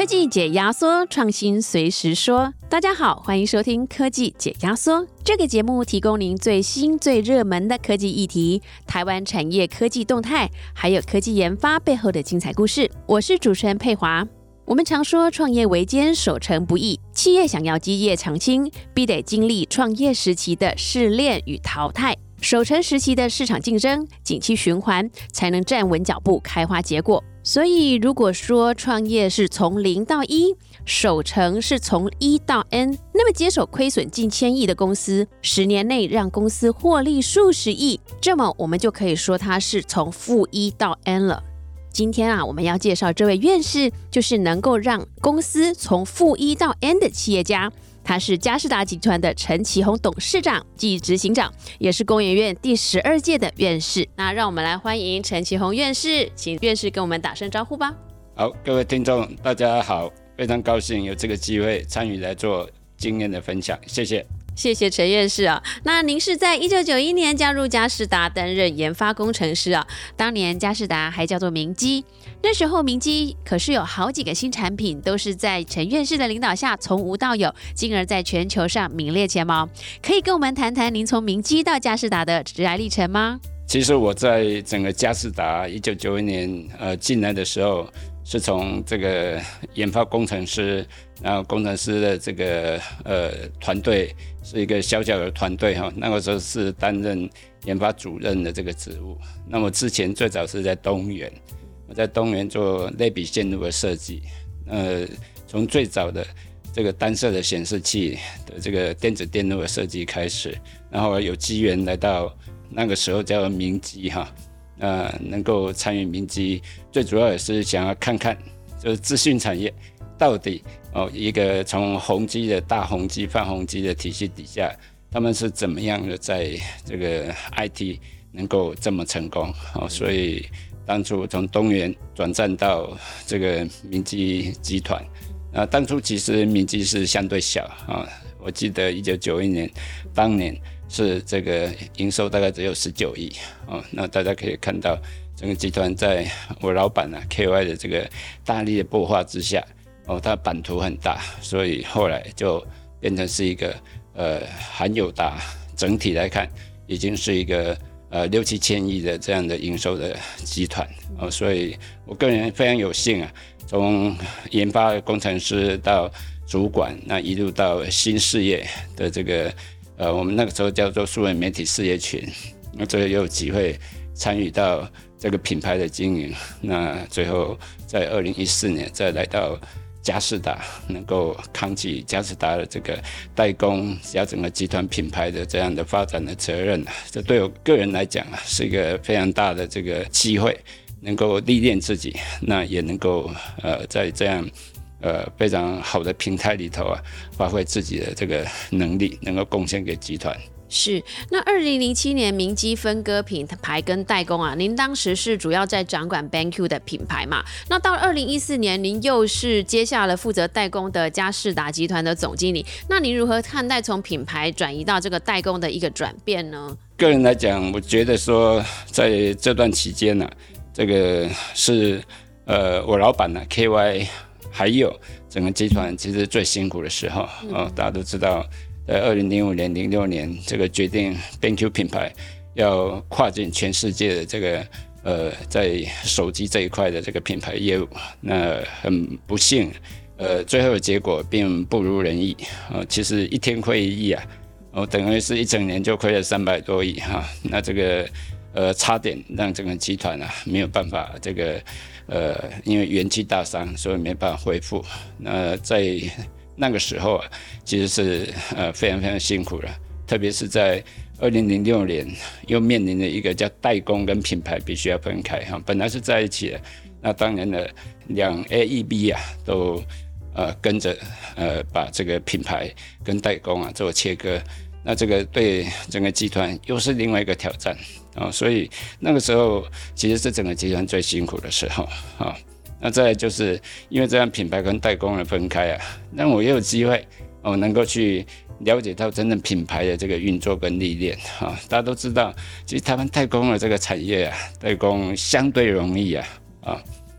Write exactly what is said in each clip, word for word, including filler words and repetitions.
科技解压缩，创新随时说。大家好，欢迎收听科技解压缩。这个节目提供您最新最热门的科技议题、台湾产业科技动态，还有科技研发背后的精彩故事。我是主持人佩华。我们常说创业维艰，守成不易，企业想要基业长青，必得经历创业时期的试炼与淘汰，守成时期的市场竞争、景气循环，才能站稳脚步，开花结果。所以如果说创业是从零到一，守成是从一到 N， 那么接手亏损近千亿的公司，十年内让公司获利数十亿，这么我们就可以说它是从负一到 N 了。今天啊，我们要介绍这位院士，就是能够让公司从负一到 N 的企业家。他是佳世达集团的陈其宏董事长暨执行长，也是工研院第十二届的院士。那让我们来欢迎陈其宏院士，请院士跟我们打声招呼吧。 好，各位听众大家好，非常高兴有这个机会参与来做经验的分享，谢谢。 谢谢陈院士啊。那您是在一九九一年加入佳世达担任研发工程师啊。当年佳世达还叫做明基，那时候明基可是有好几个新产品都是在陈院士的领导下从无到有，进而在全球上名列前茅。可以跟我们谈谈您从明基到佳世达的职涯历程吗？ 其实我在整个佳世达一九九一年呃进来的时候，是从这个研发工程师，然后工程师的这个呃团队是一个小小的团队哈，那个时候是担任研发主任的这个职务。那么之前最早是在东元，我在东元做类比线路的设计，呃，从最早的这个单色的显示器的这个电子电路的设计开始，然后有机缘来到那个时候叫明基哈。呃，能够参与明基，最主要也是想要看看，就是资讯产业到底哦，一个从宏基的大宏基、泛宏基的体系底下，他们是怎么样的在这个 I T 能够这么成功哦，所以当初从东元转战到这个明基集团，啊，当初其实明基是相对小啊，我记得一九九一年当年。是这个营收大概只有十九亿哦，那大家可以看到整个集团在我老板啊 K Y 的这个大力的擘画之下哦，它版图很大，所以后来就变成是一个呃含友达整体来看已经是一个呃六七千亿的这样的营收的集团哦，所以我个人非常有幸啊，从研发工程师到主管，那一路到新事业的这个。呃，我们那个时候叫做数位媒体事业群，那最后也有机会参与到这个品牌的经营。那最后在二零一四年再来到佳世达，能够扛起佳世达的这个代工加整个集团品牌的这样的发展的责任，这对我个人来讲啊，是一个非常大的这个机会，能够历练自己，那也能够呃在这样。呃，非常好的平台里头啊，发挥自己的这个能力，能够贡献给集团。 是，那二零零七年明基分割品牌跟代工啊，您当时是主要在掌管 BenQ 的品牌嘛？那到二零一四年，您又是接下了负责代工的佳世达集团的总经理。那您如何看待从品牌转移到这个代工的一个转变呢？ 个人来讲，我觉得说在这段期间呢、啊，这个是呃我老板呢、啊、K Y。还有整个集团其实最辛苦的时候、哦、大家都知道，在二零零五年、零六年这个决定 BenQ 品牌要跨进全世界的这个呃，在手机这一块的这个品牌业务，那很不幸，呃，最后的结果并不如人意啊、哦。其实一天亏一亿啊，哦，等于是一整年就亏了三百多亿哈、哦。那这个呃，差点让整个集团啊没有办法这个。呃，因为元气大伤，所以没办法恢复。那在那个时候啊，其实是呃非常非常辛苦了，特别是在二零零六年，又面临了一个叫代工跟品牌必须要分开哈，本来是在一起的，那当然了，两 A E B 啊都呃跟着呃把这个品牌跟代工啊做切割。那这个对整个集团又是另外一个挑战啊、哦，所以那个时候其实是整个集团最辛苦的时候啊、哦。那再来就是因为这样品牌跟代工的分开啊，那我也有机会哦，能够去了解到真正品牌的这个运作跟历练啊、哦。大家都知道，其实台湾代工的这个产业啊，代工相对容易啊啊、哦。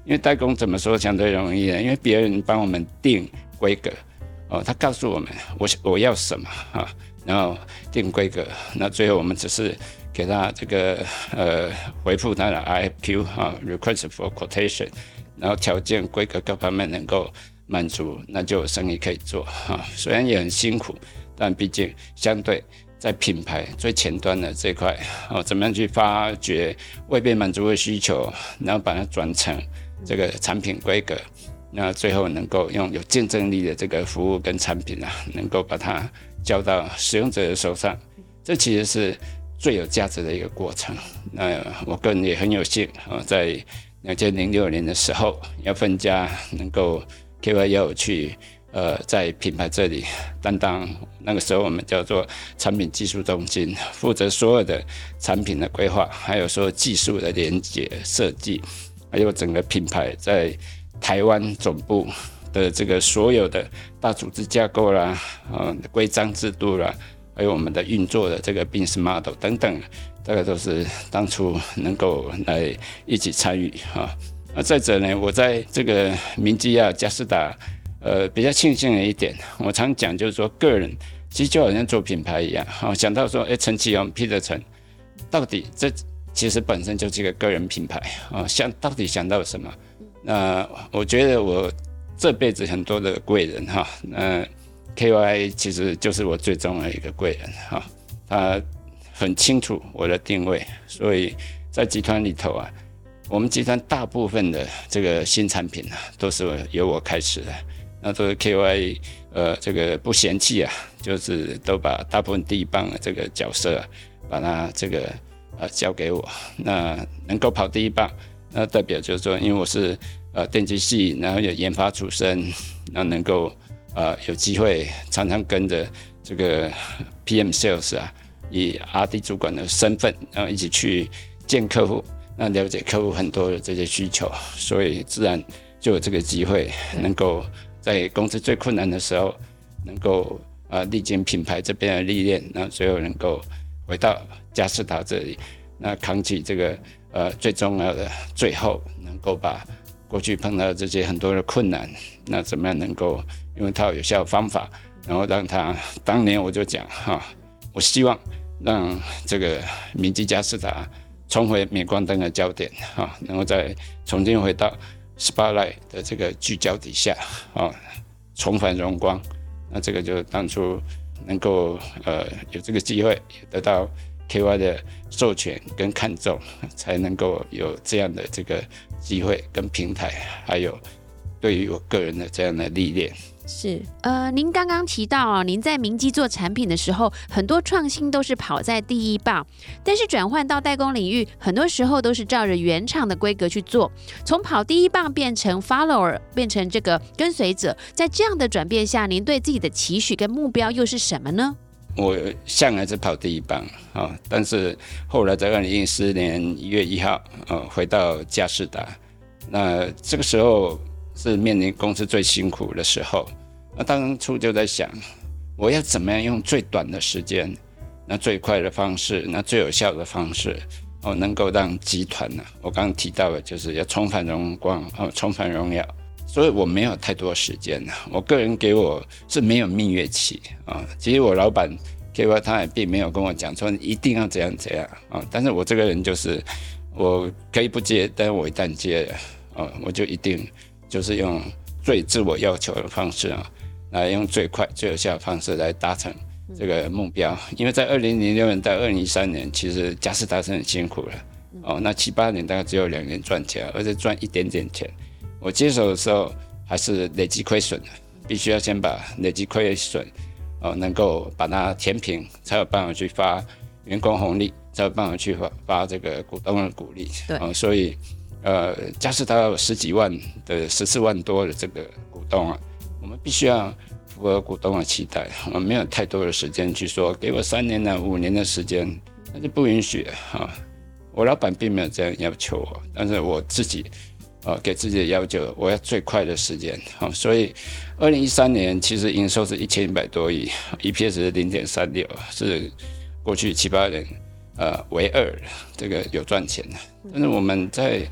因为代工怎么说相对容易呢？因为别人帮我们定规格，哦，他告诉我们我我要什么啊，然后定规格，那最后我们只是给他这个呃回复他的 R F Q 啊 request for quotation， 然后条件规格各方面能够满足，那就有生意可以做啊。虽然也很辛苦，但毕竟相对在品牌最前端的这块，哦，怎么样去发掘未被满足的需求，然后把它转成这个产品规格，那最后能够用有竞争力的这个服务跟产品啊，能够把它交到使用者的手上，这其实是最有价值的一个过程。那我个人也很有幸，哦，在二零零六年的时候，要分家能够 K Y 要我去呃在品牌这里担当，那个时候我们叫做产品技术中心，负责所有的产品的规划，还有所有技术的连结设计，还有整个品牌在台湾总部的这个所有的大组织架构啦，呃规章制度啦，还有我们的运作的这个 business model 等等，大概都是当初能够来一起参与啊。那再者呢，我在这个明基啊、佳士达，呃，比较庆幸的一点，我常讲就是说，个人其实就好像做品牌一样，啊，想到说，哎，陈其宏、Peter 陈，到底这其实本身就是一个个人品牌啊，想到底想到什么？那我觉得我这辈子很多的贵人哈，那 K Y 其实就是我最重要的一个贵人哈，他很清楚我的定位，所以在集团里头啊，我们集团大部分的这个新产品啊，都是由我开始的，那都是 K Y 呃这个不嫌弃啊，就是都把大部分第一棒的这个角色啊，把它这个呃交给我，那能够跑第一棒，那代表就是说，因为我是呃电机系，然后有研发出身，那能够呃有机会常常跟着这个 P M Sales 啊，以 R D 主管的身份，然后一起去见客户，那了解客户很多的这些需求，所以自然就有这个机会，能够在公司最困难的时候，能够呃历经品牌这边的历练，那最后能够回到佳士达这里，那扛起这个呃最重要的，最后能够把过去碰到的这些很多的困难，那怎么样能够用一套有效的方法，然后让他当年我就讲哈，我希望让这个明基佳士达重回镁光灯的焦点哈，能够再重新回到 Spotlight 的这个聚焦底下啊，重返荣光。那这个就当初能够呃有这个机会得到 K Y 的授权跟看重，才能够有这样的这个机会跟平台，还有对于我个人的这样的历练。 是，呃，您刚刚提到啊，您在明基做产品的时候，很多创新都是跑在第一棒，但是转换到代工领域，很多时候都是照着原厂的规格去做，从跑第一棒变成 follower， 变成这个跟随者，在这样的转变下，您对自己的期许跟目标又是什么呢？ 我向来是跑第一棒啊，但是后来在二零一四年一月一号，呃，回到佳士达，那这个时候是面临公司最辛苦的时候。那当初就在想，我要怎么样用最短的时间，那最快的方式，那最有效的方式，哦，能够让集团呢、啊，我刚刚提到的就是要重返荣光，哦，重返荣耀。所以我没有太多时间，我个人给我是没有蜜月期啊。其实我老板 K Y 他也并没有跟我讲说你一定要怎样怎样啊，但是我这个人就是我可以不接，但是我一旦接了啊，我就一定就是用最自我要求的方式啊，来用最快最有效的方式来达成这个目标。因为在二零零六年到二零一三年，其实佳士达是很辛苦了哦，那七八年大概只有两年赚钱，而且赚一点点钱。我接手的时候还是累积亏损的，必须要先把累积亏损，呃，能够把它填平，才有办法去发员工红利，才有办法去 发, 发这个股东的股利。对，呃、所以呃，佳士达有十几万的十四万多的这个股东啊，我们必须要符合股东的期待，我们没有太多的时间去说给我三年的、五年的时间，那就不允许啊。我老板并没有这样要求我，但是我自己。呃，给自己的要求，我要最快的时间，好、哦，所以二零一三年其实营收是一千一百多亿 ，E P S 是零点三六，是过去七八年呃唯二这个有赚钱的。但是我们在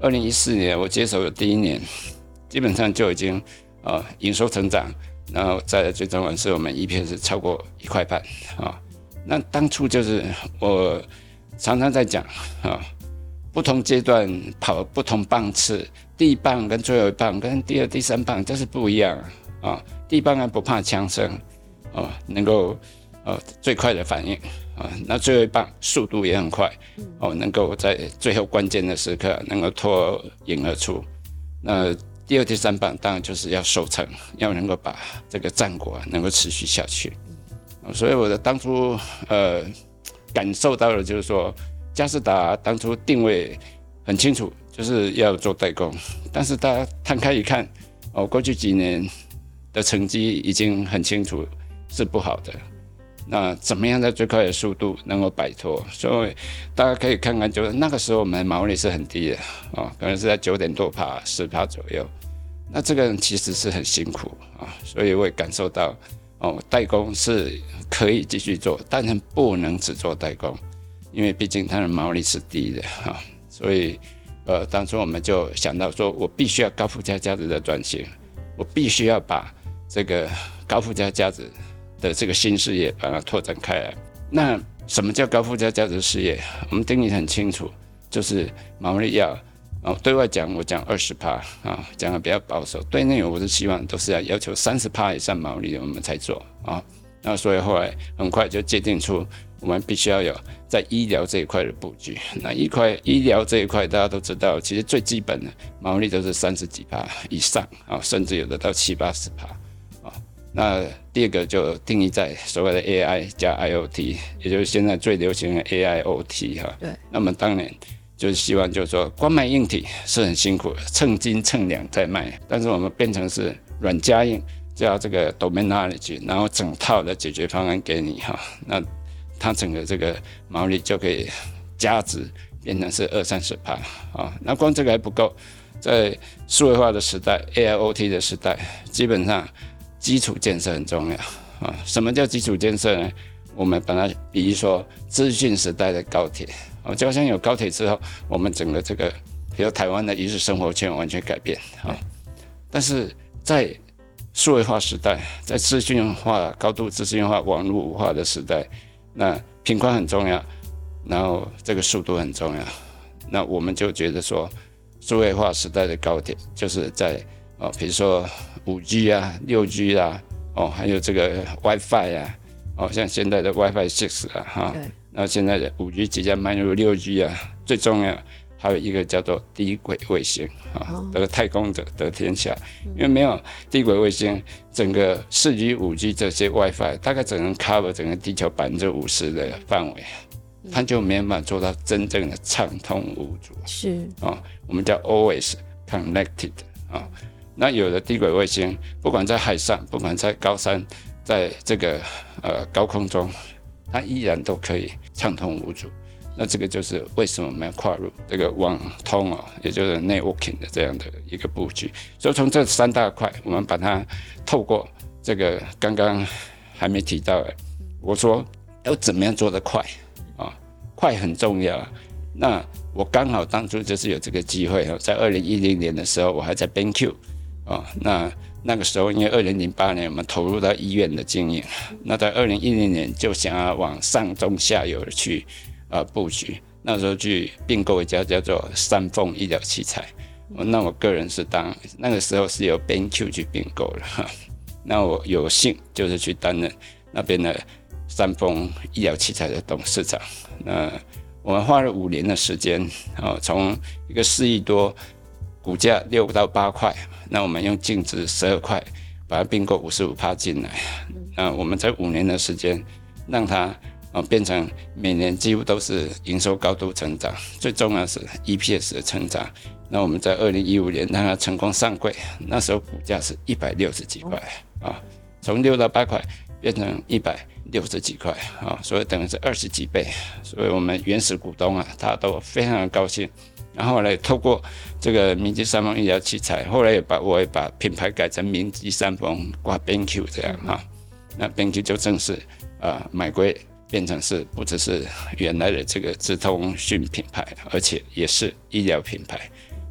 二零一四年我接手的第一年，基本上就已经呃营收成长，然后再来最重要的是我们 E P S 超过一块半啊。那当初就是我常常在讲啊，不同阶段跑不同棒次，第一棒跟最后一棒跟第二、第三棒就是不一样啊。第一棒还不怕枪声啊，能够呃最快的反应啊，那最后一棒速度也很快哦，能够在最后关键的时刻能够脱颖而出。那第二、第三棒当然就是要守城，要能够把这个战果能够持续下去。所以我的当初呃感受到的就是说，佳世达当初定位很清楚，就是要做代工，但是大家摊开一看，哦，过去几年的成绩已经很清楚是不好的。那怎么样在最快的速度能够摆脱？所以大家可以看看，就是那个时候我们的毛利是很低的啊、哦，可能是在九点多趴、十趴左右。那这个人其实是很辛苦啊、哦，所以我也感受到哦，代工是可以继续做，但是不能只做代工，因为毕竟它的毛利是低的啊、哦，所以呃，当初我们就想到说，我必须要高附加价值的转型，我必须要把这个高附加价值的这个新事业把它拓展开来。那什么叫高附加价值事业？我们定义很清楚，就是毛利要哦，对外讲我讲 百分之二十 啊，讲的比较保守。对内我是希望都是要要求 百分之三十 以上毛利的我们才做啊。那所以后来很快就界定出，我们必须要有在医疗这一块的布局。那一块医疗这一块大家都知道，其实最基本的毛利都是三十几趴以上啊，甚至有的到七八十趴啊。那第二个就定义在所谓的 A I 加 I O T， 也就是现在最流行的 A I O T 哈。对。那么当然就是希望就是说，光卖硬体是很辛苦的，称斤称两在卖，但是我们变成是软加硬加这个 domain knowledge， 然后整套的解决方案给你哈，那它整个这个毛利就可以加值变成是二三十趴啊。那光这个还不够，在数位化的时代 ，A I O T 的时代，基本上基础建设很重要啊。什么叫基础建设呢？我们把它比喻说资讯时代的高铁啊，就好像有高铁之后，我们整个这个，比如台湾的一日生活圈完全改变啊。但是在数位化时代，在资讯化、高度资讯化、网络化的时代，那频宽很重要，然后这个速度很重要。那我们就觉得说，数位化时代的高铁就是在哦，比如说五 G 啊、六 G 啊，哦，还有这个 WiFi 啊，哦，像现在的 WiFi 六 啊，哈，那现在的五 G 即将迈入六 G 啊，最重要还有一个叫做低轨卫星啊，得太空者得天下，因为没有低轨卫星，整个四 G、五 G 这些 WiFi 大概只能 cover 整个地球百分之五十的范围，它就没办法做到真正的畅通无阻。是啊，我们叫 always connected 啊。那有的低轨卫星，不管在海上，不管在高山，在这个呃高空中，它依然都可以畅通无阻。那这个就是为什么我们要跨入这个网通哦，也就是 networking 的这样的一个布局。所以从这三大块，我们把它透过这个刚刚还没提到的，我说要怎么样做得快啊？快很重要。那我刚好当初就是有这个机会，在二零一零年的时候，我还在 BenQ 啊，那那个时候因为二零零八年我们投入到医院的经营，那在二零一零年就想要往上中下游去。呃，布局那时候去并购一家叫做三丰医疗器材，那我个人是当那个时候是由 BenQ 去并购的哈，那我有幸就是去担任那边的三丰医疗器材的董事长。那我们花了五年的时间，哦，从一个四亿多，股价六到八块，那我们用净值十二块把它并购五十五趴进来，那我们在五年的时间让它。哦，变成每年几乎都是营收高度成长，最重要是 E P S 的成长。那我们在二零一五年让它成功上柜，那时候股价是一百六十几块啊，从六到八块变成一百六十几块啊，所以等于是二十几倍。所以我们原始股东啊，他都非常的高兴。然后来透过这个明基三丰医疗器材，后来也把我也把品牌改成明基三丰挂 BenQ 这样啊，那 BenQ 就正式啊买归。变成是不只是原来的这个资通讯品牌，而且也是医疗品牌。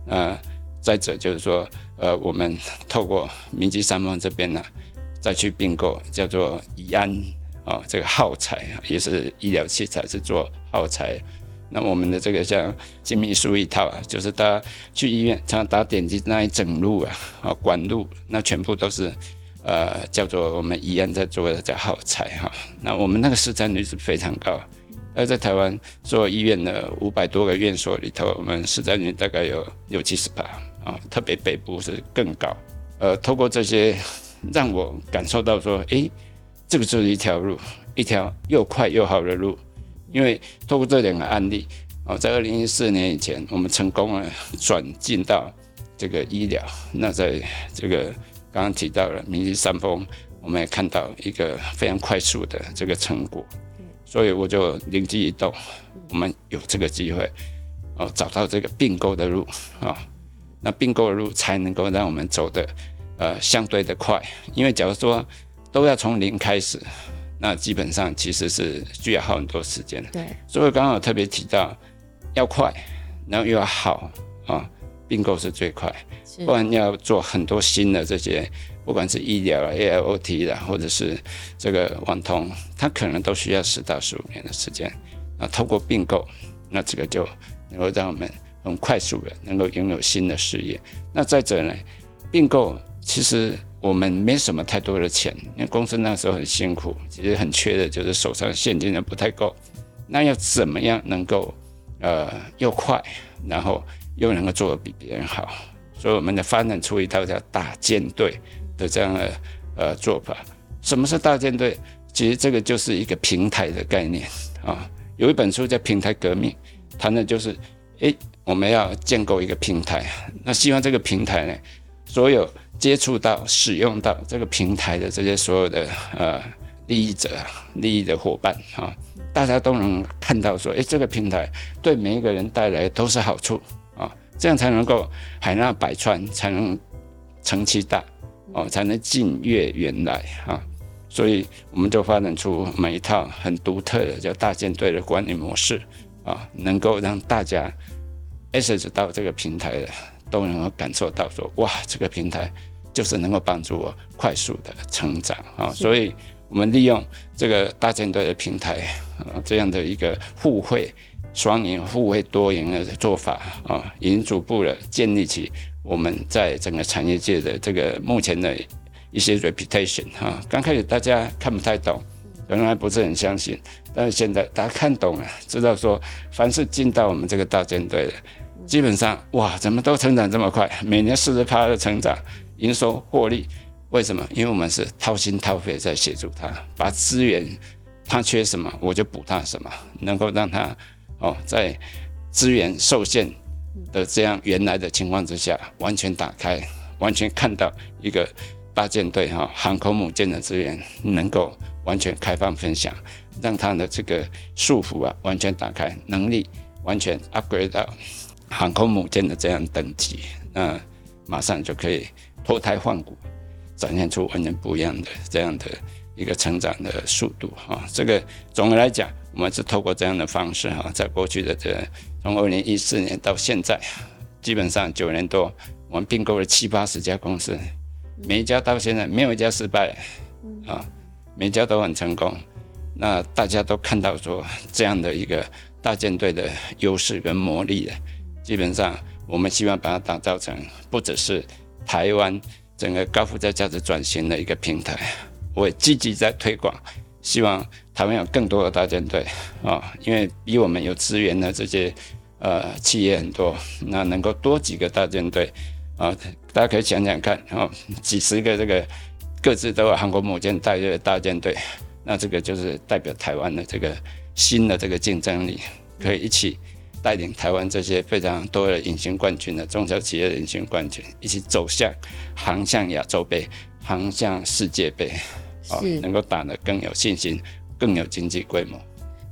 呃，再者就是说，呃，我们透过明基三丰这边呢、啊，再去并购叫做宜安哦，这个耗材也是医疗器材，是做耗材。那我们的这个像精密输液套啊，就是大家去医院常常打点滴那一整路啊，啊管路，那全部都是呃叫做我们宜安在做的叫耗材哈。那我们那个市占率是非常高，而在台湾所有医院的五百多个院所里头，我们市占率大概有六七十趴啊，特别北部是更高。呃，透过这些让我感受到说，哎，这个就是一条路，一条又快又好的路。因为透过这两个案例，哦，在二零一四年以前，我们成功了转进到这个医疗。那在这个刚刚提到了明基三丰，我们也看到一个非常快速的这个成果，所以我就灵机一动，我们有这个机会，哦，找到这个并购的路啊、哦，那并购的路才能够让我们走的呃相对的快，因为假如说都要从零开始。那基本上其实是需要耗很多时间的， 对， 所以刚刚有特别提到要快，然后又要好啊，并购是最快，不然要做很多新的这些，不管是医疗啦、A I O T 啦，或者是这个网通，它可能都需要十到十五年的时间。那透过并购，那这个就能够让我们很快速的能够拥有新的事业。那再者呢，并购其实我们没什么太多的钱，因为公司那时候很辛苦，其实很缺的就是手上现金也不太够。那要怎么样能够呃又快，然后又能够做得比别人好？所以我们的发展出一套叫大舰队的这样的呃做法。什么是大舰队？其实这个就是一个平台的概念啊。有一本书叫《平台革命》，谈的就是，哎，我们要建构一个平台。那希望这个平台呢，所有接触到、使用到这个平台的这些所有的呃利益者、利益的伙伴啊，大家都能看到说，哎，这个平台对每一个人带来都是好处啊，这样才能够海纳百川，才能成其大哦，才能近悦远来啊。所以我们就发展出我们一套很独特的叫大舰队的管理模式啊，能够让大家 access 到这个平台的都能够感受到说，哇，这个平台就是能够帮助我快速的成长啊。所以我们利用这个大舰队的平台啊，这样的一个互惠双赢、互惠多赢的做法啊，已经逐步的建立起我们在整个产业界的这个目前的一些 reputation 哈，刚开始大家看不太懂，可能还不是很相信，但是现在大家看懂了，知道说凡是进到我们这个大舰队的，基本上哇，怎么都成长这么快，每年百分之四十的成长，营收获利，为什么？因为我们是掏心掏肺在协助他，把资源他缺什么我就补他什么，能够让他哦在资源受限的这样原来的情况之下，完全打开，完全看到一个大舰队哈航空母舰的资源能够完全开放分享，让它的这个束缚啊完全打开，能力完全 upgrade 到航空母舰的这样等级，那马上就可以脱胎换骨，展现出完全不一样的这样的一个成长的速度哈。这个总的来讲，我们是透过这样的方式哈，在过去的这从二零一四年到现在，基本上九年多，我们并购了七八十家公司。每一家到现在没有一家失败啊，每一家都很成功。那大家都看到说这样的一个大舰队的优势跟魔力的，基本上我们希望把它打造成不只是台湾整个高附加价值转型的一个平台，我也积极在推广，希望台湾有更多的大舰队啊，因为比我们有资源的这些呃企业很多，那能够多几个大舰队。啊，大家可以想想看，哦，几十个这个各自都有航空母舰带队的大舰队，那这个就是代表台湾的这个新的这个竞争力，可以一起带领台湾这些非常多的隐形冠军的中小企业的隐形冠军，一起走向航向亚洲杯、航向世界杯，哦，能够打得更有信心、更有经济规模。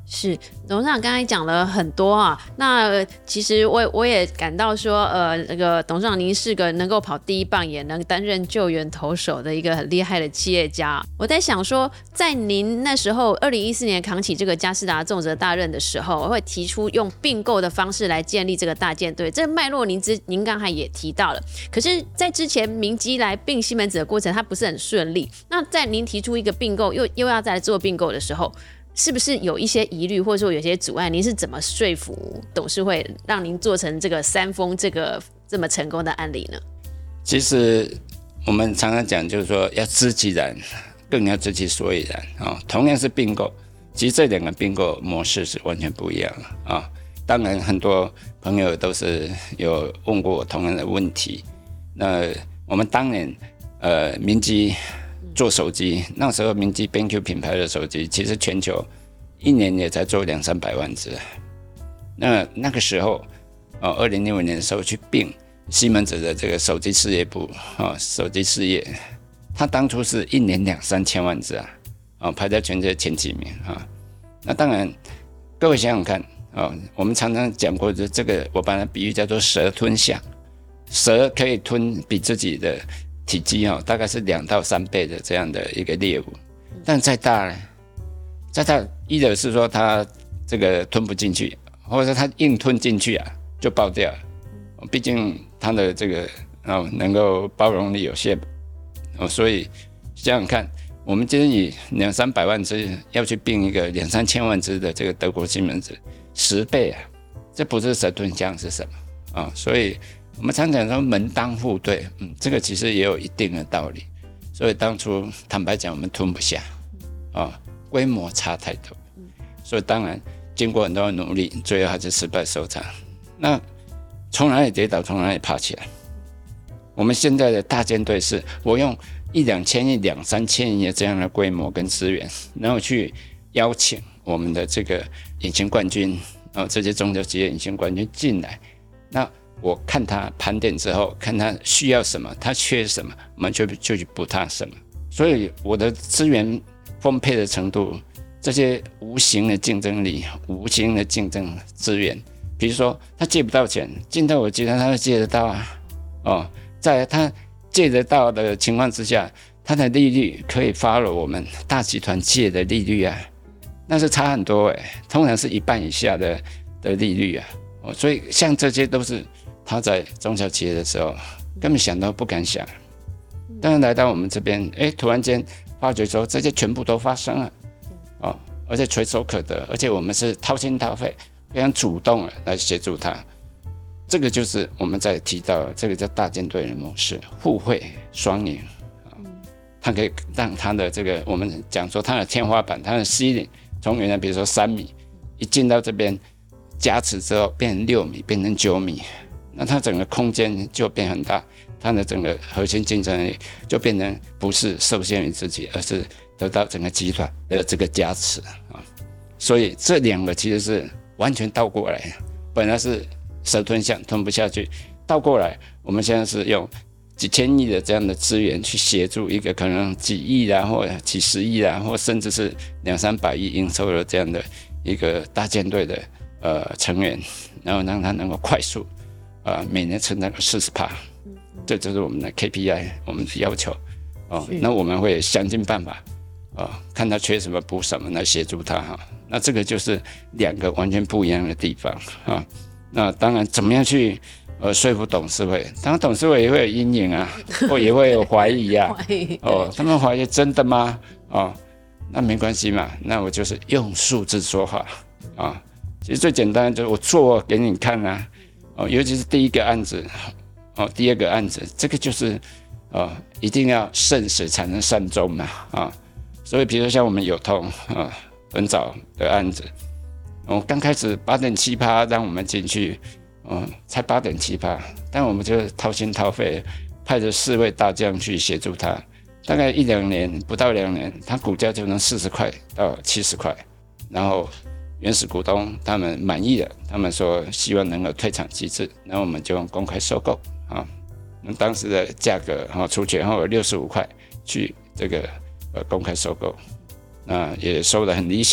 是董事长刚才讲了很多啊，那、呃、其实我我也感到说，呃，那个董事长您是个能够跑第一棒，也能担任救援投手的一个很厉害的企业家。我在想说，在您那时候二零一四年扛起这个佳世达重责大任的时候，会提出用并购的方式来建立这个大舰队，这个脉络您之您刚才也提到了。可是，在之前明基来并西门子的过程，它不是很顺利。那在您提出一个并购，又又要再来做并购的时候，是不是有一些疑虑，或者说有些阻碍？您是怎么说服董事会，让您做成这个三丰这个这么成功的案例呢？ 其实我们常常讲，就是说要知其然，更要知其所以然啊、哦。同样是并购，其实这两个并购模式是完全不一样的啊、哦。当然，很多朋友都是有问过我同样的问题。那我们当年呃，明基做手机，那时候明基 B E N Q 品牌的手机，其实全球一年也才做两三百万只。那那个时候，呃，二零零五年的时候去并西门子的这个手机事业部啊、哦，手机事业，它当初是一年两三千万只啊，啊、哦，排在全世界前几名啊、哦。那当然，各位想想看啊、哦，我们常常讲过，这个我把它比喻叫做蛇吞象，蛇可以吞比自己的体积哦，大概是两到三倍的这样的一个猎物，但再大呢，再大，一的是说它这个吞不进去，或者说它硬吞进去啊，就爆掉了。毕竟它的这个哦能够包容力有限哦，所以想想看，我们今天以两三百万只要去并一个两三千万只的这个德国西门子，十倍啊，这不是蛇吞象是什么啊、哦？所以。我们常讲说门当户对，嗯，这个其实也有一定的道理。所以当初坦白讲，我们吞不下，啊、哦，规模差太多，所以当然经过很多的努力，最后还是失败收场。那从哪里跌倒，从哪里爬起来？我们现在的大舰队是，我用一两千亿、两三千亿的这样的规模跟资源，然后去邀请我们的这个隐形冠军，然后这些中小企业隐形冠军进来，那。我看他盘点之后，看他需要什么，他缺什么，我们就就去补他什么。所以我的资源分配的程度，这些无形的竞争力、无形的竞争资源，比如说他借不到钱，进到我集团他会借得到啊。哦，在他借得到的情况之下，他的利率可以 follow 我们大集团借的利率啊，那是差很多哎，通常是一半以下的的利率啊。哦，所以像这些都是。他在中小企业的时候根本想都不敢想，当然来到我们这边，哎，突然间发觉说这些全部都发生了，哦，而且垂手可得，而且我们是掏心掏肺、非常主动的来协助他。这个就是我们在提到的这个叫大舰队的模式，互惠双赢，它可以让它的这个我们讲说它的天花板、它的 ceiling 从原来比如说三米，一进到这边加持之后变成六米，变成九米。那它整个空间就变很大，它的整个核心竞争力就变成不是受限于自己，而是得到整个集团的这个加持啊。所以这两个其实是完全倒过来，本来是蛇吞象吞不下去，倒过来我们现在是用几千亿的这样的资源去协助一个可能几亿啊，或几十亿啊，或甚至是两三百亿营收的这样的一个大舰队的呃成员，然后让它能够快速。呃，每年成长百分之四十，这就是我们的 K P I， 我们的要求哦。那我们会想尽办法啊、哦，看他缺什么补什么来协助他哈。那这个就是两个完全不一样的地方啊、哦。那当然，怎么样去呃说服董事会？当然，董事会也会有阴影啊，或也会有怀疑啊。哦，他们怀疑真的吗？哦，那没关系嘛，那我就是用数字说话啊、哦。其实最简单的就是我做给你看啊。哦，尤其是第一个案子，哦，第二个案子，这个就是，哦，一定要慎始才能善终嘛，啊、哦，所以比如说像我们友通啊，很早的案子，我、哦、刚开始八点七趴让我们进去，哦，才八点七趴，但我们就掏心掏肺，派着四位大将去协助他，大概一两年不到两年，他股价就能四十块到七十块，然后。原始股东他们满意了，他们说希望能够退场机制，然后我们就用公开收购啊。那当时的价格哈，除权后有六十五块去这个呃公开收购，那也收得很理想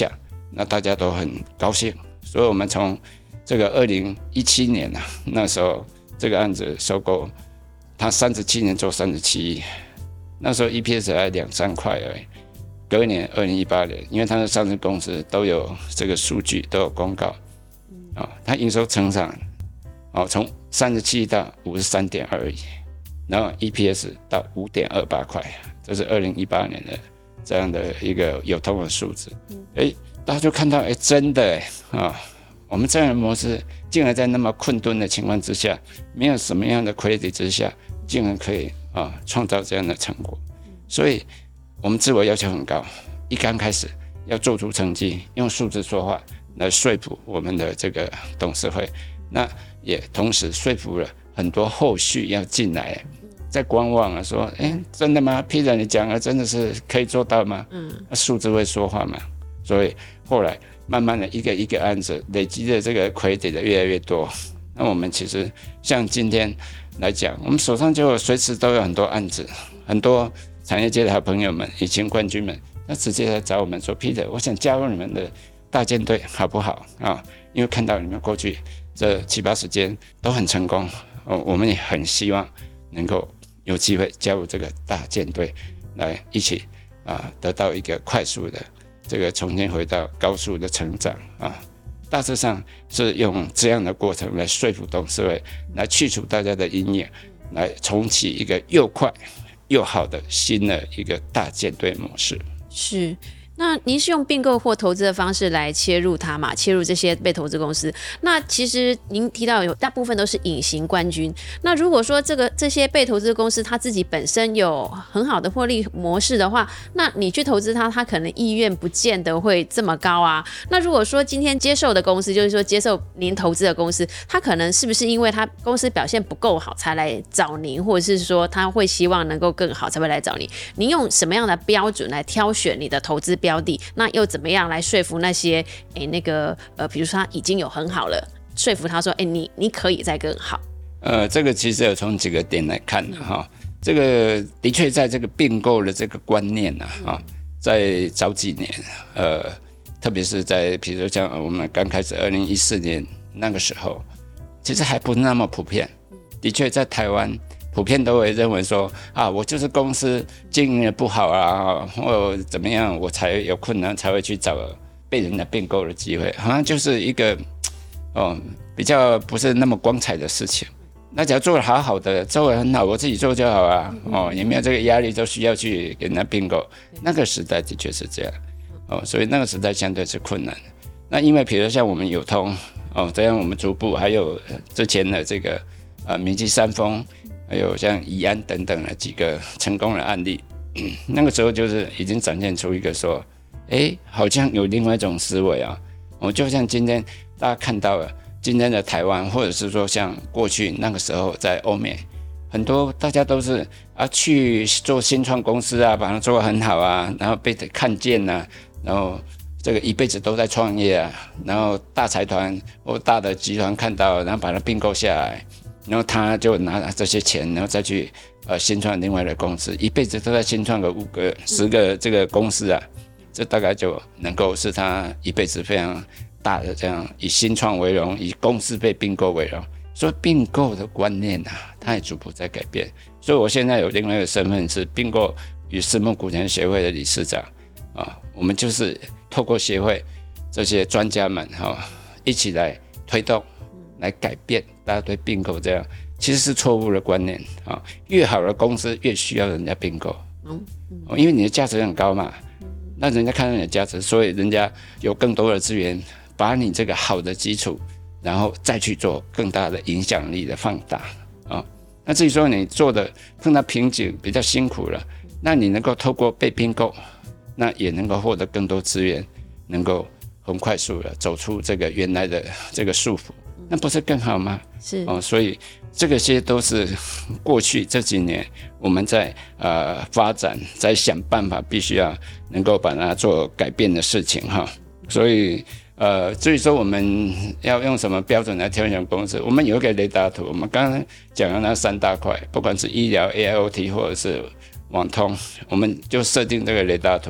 那大家都很高兴，所以我们从这个二零一七年啊，那时候这个案子收购，他三十七年做三十七亿，那时候 E P S 才两三块而已。隔一年二零一八年，因为它的上市公司都有这个数据，都有公告，啊、哦，它营收成长，哦，从三十七到五十三点二亿，然后 E P S 到五点二八块，这是二零一八年的这样的一个有通的数字。哎，大家就看到，哎，真的哎啊、哦，我们这样的模式竟然在那么困顿的情况之下，没有什么样的 credit 之下，竟然可以啊创造这样的成果，所以我们自我要求很高，一刚开始要做出成绩，用数字说话来说服我们的这个董事会，那也同时说服了很多后续要进来在观望啊，说，哎，真的吗 ？Peter 你讲的真的是可以做到吗？嗯，数字会说话嘛，所以后来慢慢的一个一个案子累积的这个 credit 的越来越多。那我们其实像今天来讲，我们手上就随时都有很多案子，很多产业界的好朋友们、以前冠军们，那直接来找我们说 ，Peter， 我想加入你们的大舰队，好不好啊？因为看到你们过去这七八十间都很成功，哦，我们也很希望能够有机会加入这个大舰队，来一起啊得到一个快速的这个重新回到高速的成长啊。大致上是用这样的过程来说服董事会，来去除大家的阴影，来重启一个又快又好的新的一个大舰队模式。 是。那您是用并购或投资的方式来切入它嘛？切入这些被投资公司。那其实您提到有大部分都是隐形冠军。那如果说这个这些被投资公司它自己本身有很好的获利模式的话，那你去投资它，它可能意愿不见得会这么高啊。那如果说今天接受的公司，就是说接受您投资的公司，它可能是不是因为它公司表现不够好才来找您，或者是说他会希望能够更好才会来找您？您用什么样的标准来挑选你的投资标准？标的，那又怎么样来说服那些诶那个呃，比如说他已经有很好了，说服他说，哎，你你可以再更好。 呃，这个其实有从几个点来看的哈，这个的确在这个并购的这个观念呢，哈，在早几年，呃，特别是在比如说像我们刚开始二零一四年那个时候，其实还不那么普遍。的确，在台湾普遍都会认为说啊，我就是公司经营的不好啊，或怎么样，我才有困难才会去找被人家并购的机会，好像就是一个哦比较不是那么光彩的事情。那只要做得好好的，做得很好，我自己做就好啊，哦，也没有这个压力，都需要去给人家并购。那个时代的确是这样，哦，所以那个时代相对是困难的。那因为比如像我们友通，哦，这样我们逐步还有之前的这个呃明基三丰。还有像宜安等等的几个成功的案例，那个时候就是已经展现出一个说，哎，好像有另外一种思维啊。我就像今天大家看到了今天的台湾，或者是说像过去那个时候在欧美，很多大家都是啊去做新创公司啊，把它做得很好啊，然后被看见啊，然后这个一辈子都在创业啊，然后大财团或大的集团看到，然后把它并购下来。然后他就拿这些钱，然后再去呃新创另外的公司，一辈子都在新创个五个、十个这个公司啊，这大概就能够是他一辈子非常大的这样以新创为荣，以公司被并购为荣。所以并购的观念啊，它也逐步在改变。所以我现在有另外一个身份是并购与私募股权协会的理事长啊，我们就是透过协会这些专家们哈、啊，一起来推动。来改变大家对并购这样其实是错误的观念啊！越好的公司越需要人家并购，嗯嗯、因为你的价值很高嘛，那人家看到你的价值，所以人家有更多的资源，把你这个好的基础，然后再去做更大的影响力的放大啊！那至于说你做的碰到瓶颈比较辛苦了，那你能够透过被并购，那也能够获得更多资源，能够很快速的走出这个原来的这个束缚。那不是更好吗？ 是哦，所以这个些都是过去这几年我们在呃发展，在想办法，必须要能够把它做改变的事情哈。所以呃，至于说我们要用什么标准来挑选公司，我们有一个雷达图，我们刚刚讲的那三大块，不管是医疗、A I O T 或者是网通，我们就设定这个雷达图。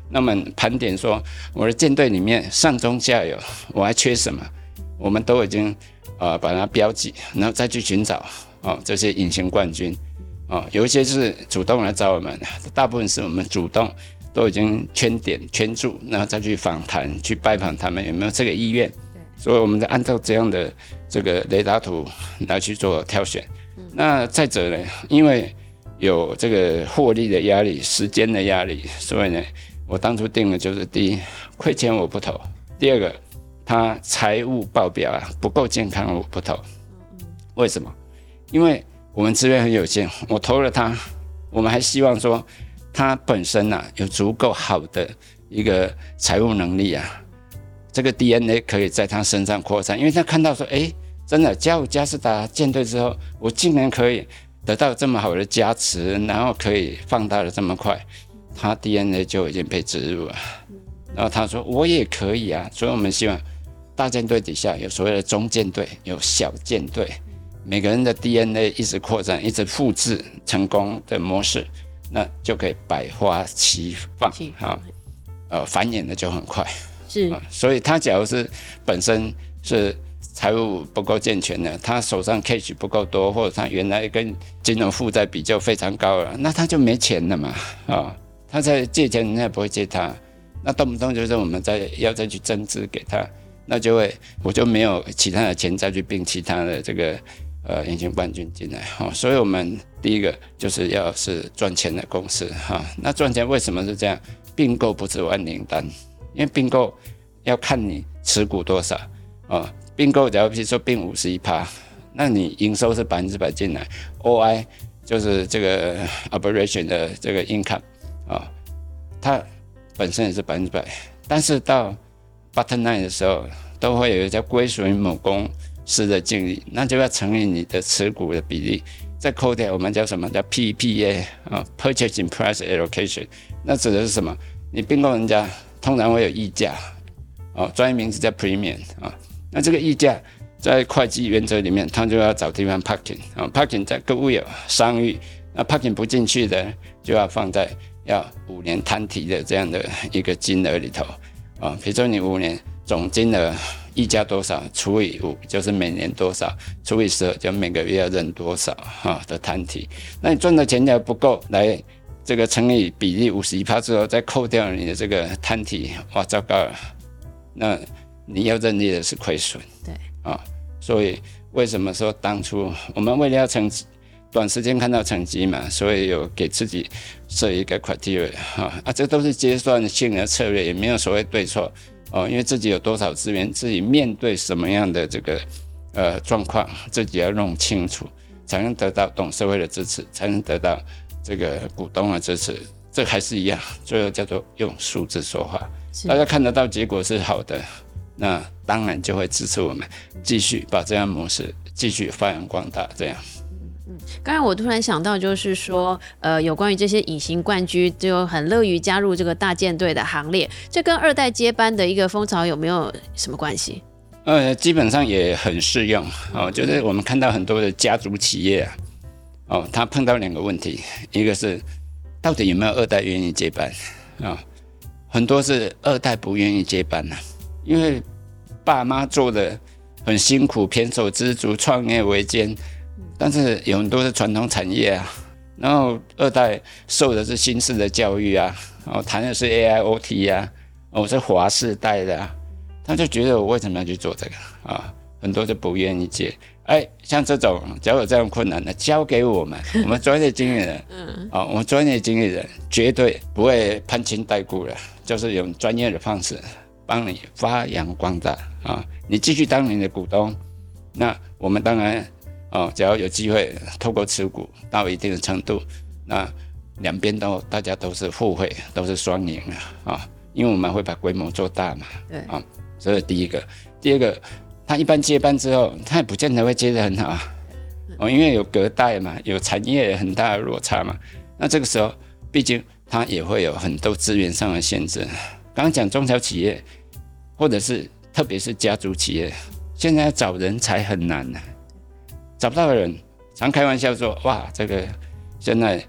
那么盘点说我的舰队里面上中下游我还缺什么，我们都已经呃把它标记，然后再去寻找哦这些隐形冠军哦，有一些是主动来找我们，大部分是我们主动都已经圈点圈住，然后再去访谈去拜访他们有没有这个意愿，所以我们在按照这样的这个雷达图来去做挑选。嗯、那再者呢，因为有这个获利的压力、时间的压力，所以呢，我当初定的就是第一，亏钱我不投；第二个，他财务报表啊不够健康我不投。为什么？因为我们资源很有限，我投了他，我们还希望说他本身啊有足够好的一个财务能力啊，这个 D N A 可以在他身上扩散，因为他看到说，哎，真的加入佳世达舰队之后，我竟然可以得到这么好的加持，然后可以放大的这么快，他 D N A 就已经被植入了。然后他说我也可以啊，所以我们希望大舰队底下有所谓的中舰队，有小舰队，每个人的 D N A 一直扩展，一直复制成功的模式，那就可以百花齐放啊，呃，繁衍的就很快。 是、 啊，所以他假如是本身是财务不够健全的，他手上 cash 不够多，或者他原来跟金融负债比就非常高了，那他就没钱了嘛，啊，他在借钱人家不会借他，那动不动就是我们再要再去增资给他，那就会我就没有其他的钱再去并其他的这个呃隐形冠军进来，哦，所以我们第一个就是要是赚钱的公司哈，那赚钱为什么是这样？并购不是万灵丹，因为并购要看你持股多少哦。并购假如比如说并 百分之五十一， 那你营收是百分之百进来 ，O I 就是这个 operation 的这个 income 啊、哦，它本身也是百分之百，但是到 bottom line 的时候，都会有一个叫归属于某公司的净利，那就要乘以你的持股的比例，再扣掉我们叫什么叫 P P A 啊、哦、，Purchasing Price Allocation， 那指的是什么？你并购人家通常会有溢价，哦，专业名词叫 premium 啊、哦，那这个溢价在会计原则里面，他就要找地方 parking 啊、哦、，parking 在购物有商誉，那 parking 不进去的就要放在要五年摊提的这样的一个金额里头啊、哦，比如说你五年总金额溢价多少除以五，就是每年多少除以十二，就每个月要认多少哈、哦、的摊提，那你赚的钱要不够来。这个乘以比例 百分之五十一 之后，再扣掉你的这个摊提，哇，糟糕了！那你要认列的是亏损， 对啊、哦，所以为什么说当初我们为了要成短时间看到成绩嘛，所以有给自己设一个 criteria 啊啊，这都是阶段性的策略，也没有所谓对错哦，因为自己有多少资源，自己面对什么样的这个呃状况，自己要弄清楚，才能得到董事会的支持，才能得到。这个股东的支持，这还是一样，最后叫做用数字说话。大家看得到结果是好的，那当然就会支持我们继续把这样模式继续发扬光大。这样， 嗯，刚才我突然想到，就是说，呃，有关于这些隐形冠军，就很乐于加入这个大舰队的行列，这跟二代接班的一个风潮有没有什么关系？ 呃，基本上也很适用哦，就是我们看到很多的家族企业啊。哦，他碰到两个问题，一个是到底有没有二代愿意接班啊、哦？很多是二代不愿意接班啊，因为爸妈做的很辛苦，胼手胝足，创业维艰，但是有很多是传统产业啊，然后二代受的是新式的教育啊，哦，谈的是 A I O T 啊，哦，是华世代的啊，他就觉得我为什么要去做这个啊、哦？很多就不愿意接。哎，像这种只要有这样困难的，交给我们，我们专业经理人，嗯，啊、哦，我们专业经理人绝对不会攀亲带故的，就是用专业的方式帮你发扬光大啊、哦。你继续当你的股东，那我们当然哦，只要有机会透过持股到一定的程度，那两边都大家都是互惠，都是双赢啊啊、哦，因为我们会把规模做大嘛，对啊、哦，这是第一个，第二个。他一般接班之后，他也不见得会接得很好哦，因为有隔代嘛，有产业很大的落差嘛。那这个时候，毕竟他也会有很多资源上的限制。刚刚讲中小企业，或者是特别是家族企业，现在要找人才很难啊，找不到人。常开玩笑说，哇，这个现在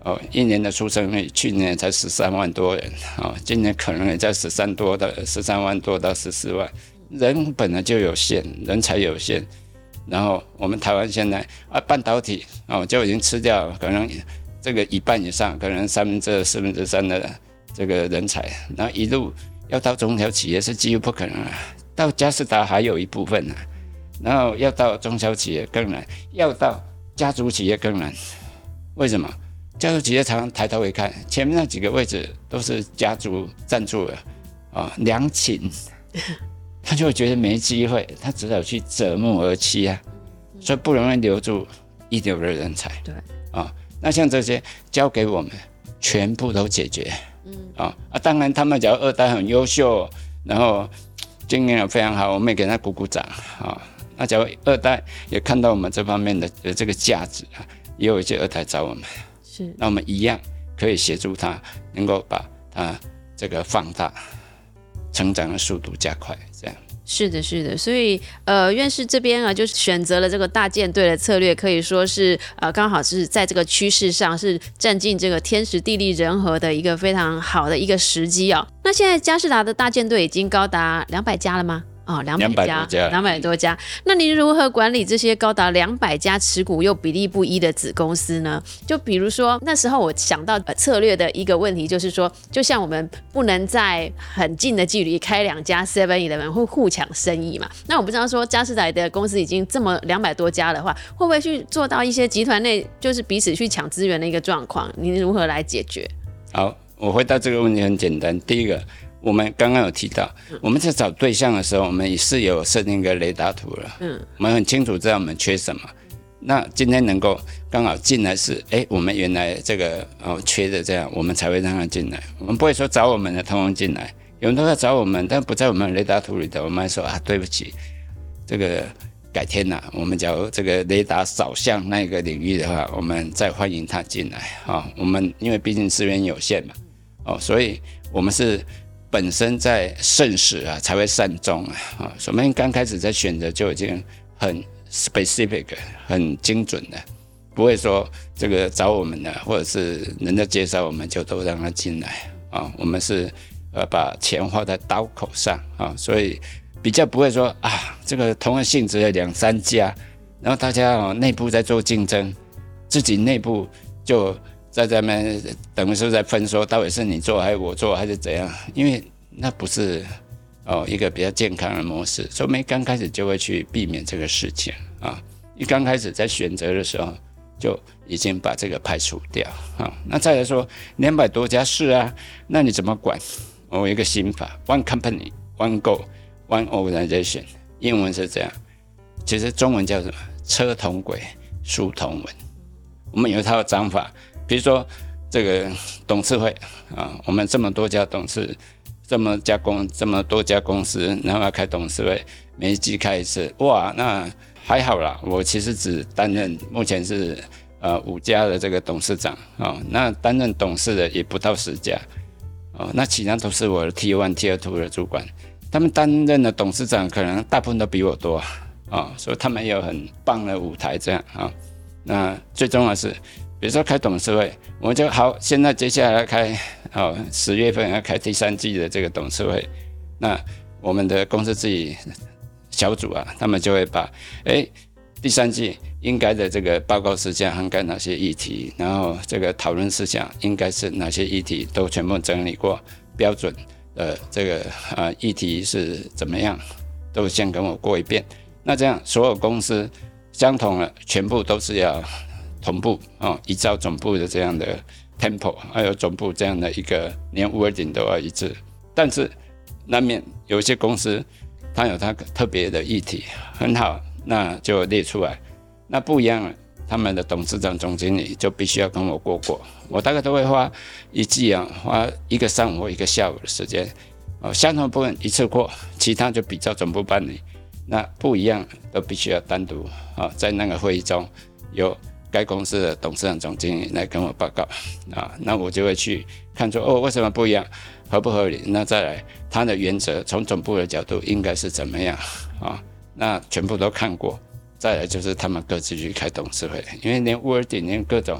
哦，一年的出生率去年才十三万多人，哦，今年可能也在十三多的十三万多到十四万。人本来就有限，人才有限，然后我们台湾现在啊，半导体哦就已经吃掉可能这个一半以上，可能三分之二、四分之三的这个人才，然后一路要到中小企业是几乎不可能啊，到佳士达还有一部分啊，然后要到中小企业更难，要到家族企业更难。为什么？家族企业常常抬头一看，前面那几个位置都是家族赞助的啊，良禽，他就会觉得没机会，他只好去择木而栖啊，所以不容易留住一流的人才。 对啊，那像这些交给我们，全部都解决。嗯啊啊，当然他们只要二代很优秀，然后经验也非常好，我们也给他鼓鼓掌啊。那假如二代也看到我们这方面的这个价值啊，也有一些二代找我们。是，那我们一样可以协助他，能够把他这个放大，成长的速度加快，这样。 是的，是的，所以呃，院士这边啊，就选择了这个大舰队的策略，可以说是呃，刚好是在这个趋势上是占尽这个天时地利人和的一个非常好的一个时机哦。那现在佳士达的大舰队已经高达两百家了吗？哦，两百家，两百多家。那您如何管理这些高达两百家持股又比例不一的子公司呢？就比如说那时候我想到、呃、策略的一个问题，就是说，就像我们不能在很近的距离开两家 seven eleven 会互抢生意嘛。那我不知道说佳士达的公司已经这么两百多家的话，会不会去做到一些集团内就是彼此去抢资源的一个状况？您如何来解决？ 好，我回答这个问题很简单。第一个，我们刚刚有提到，我们在找对象的时候，我们也是有设定一个雷达图了。嗯，我们很清楚知道我们缺什么。那今天能够刚好进来是，哎，我们原来这个哦缺的这样，我们才会让他进来。我们不会说找我们的通通进来，有人都要找我们，但不在我们雷达图里的，我们还说啊，对不起，这个改天呐、啊，我们假如这个雷达扫向那个领域的话，我们再欢迎他进来啊、哦。我们因为毕竟资源有限嘛，哦，所以我们是。本身在慎始啊，才会善终啊！啊，我们刚开始在选择就已经很 specific、很精准的，不会说这个找我们的，或者是人家介绍我们就都让他进来啊。我们是呃把钱花在刀口上啊，所以比较不会说啊，这个同样性质的两三家，然后大家哦内部在做竞争，自己内部就。在这边等于是在分说，到底是你做还是我做还是怎样？因为那不是哦一个比较健康的模式，所以我们刚开始就会去避免这个事情啊。一刚开始在选择的时候就已经把这个排除掉啊。那再来说两百多家是啊，那你怎么管？我有一个心法 ：One company, one goal, one organization。英文是这样，其实中文叫什么？车同轨，书同文。我们有一套章法。比如说这个董事会啊，我们这么多家董事，这么家公这么多家公司，然后要开董事会，每一季开一次，哇，那还好啦。我其实只担任目前是呃五家的这个董事长啊、哦，那担任董事的也不到十家哦，那其他都是我的 T 一 T 二 的主管，他们担任的董事长可能大部分都比我多啊、哦，所以他们有很棒的舞台这样啊、哦。那最重要的是。比如说开董事会，我们就好。现在接下来开，哦，十月份要开第三季的这个董事会，那我们的公司自己小组啊，他们就会把，哎，第三季应该的这个报告事项涵盖哪些议题，然后这个讨论事项应该是哪些议题，都全部整理过，标准的这个啊议题是怎么样，都先跟我过一遍。那这样所有公司相同了，全部都是要。同步哦，依照总部的这样的 tempo， 还有总部这样的一个连 wording 都要一致。但是难免有一些公司，它有它特别的议题，很好，那就列出来。那不一样了，他们的董事长、总经理就必须要跟我过过。我大概都会花一季啊，花一个上午或一个下午的时间，哦，相同的部分一次过，其他就比照总部办理。那不一样都必须要单独啊、哦，在那个会议中有。该公司的董事长、总经理来跟我报告啊，那我就会去看出哦，为什么不一样，合不合理？那再来，它的原则从总部的角度应该是怎么样啊？那全部都看过，再来就是他们各自去开董事会，因为连 wording 连各种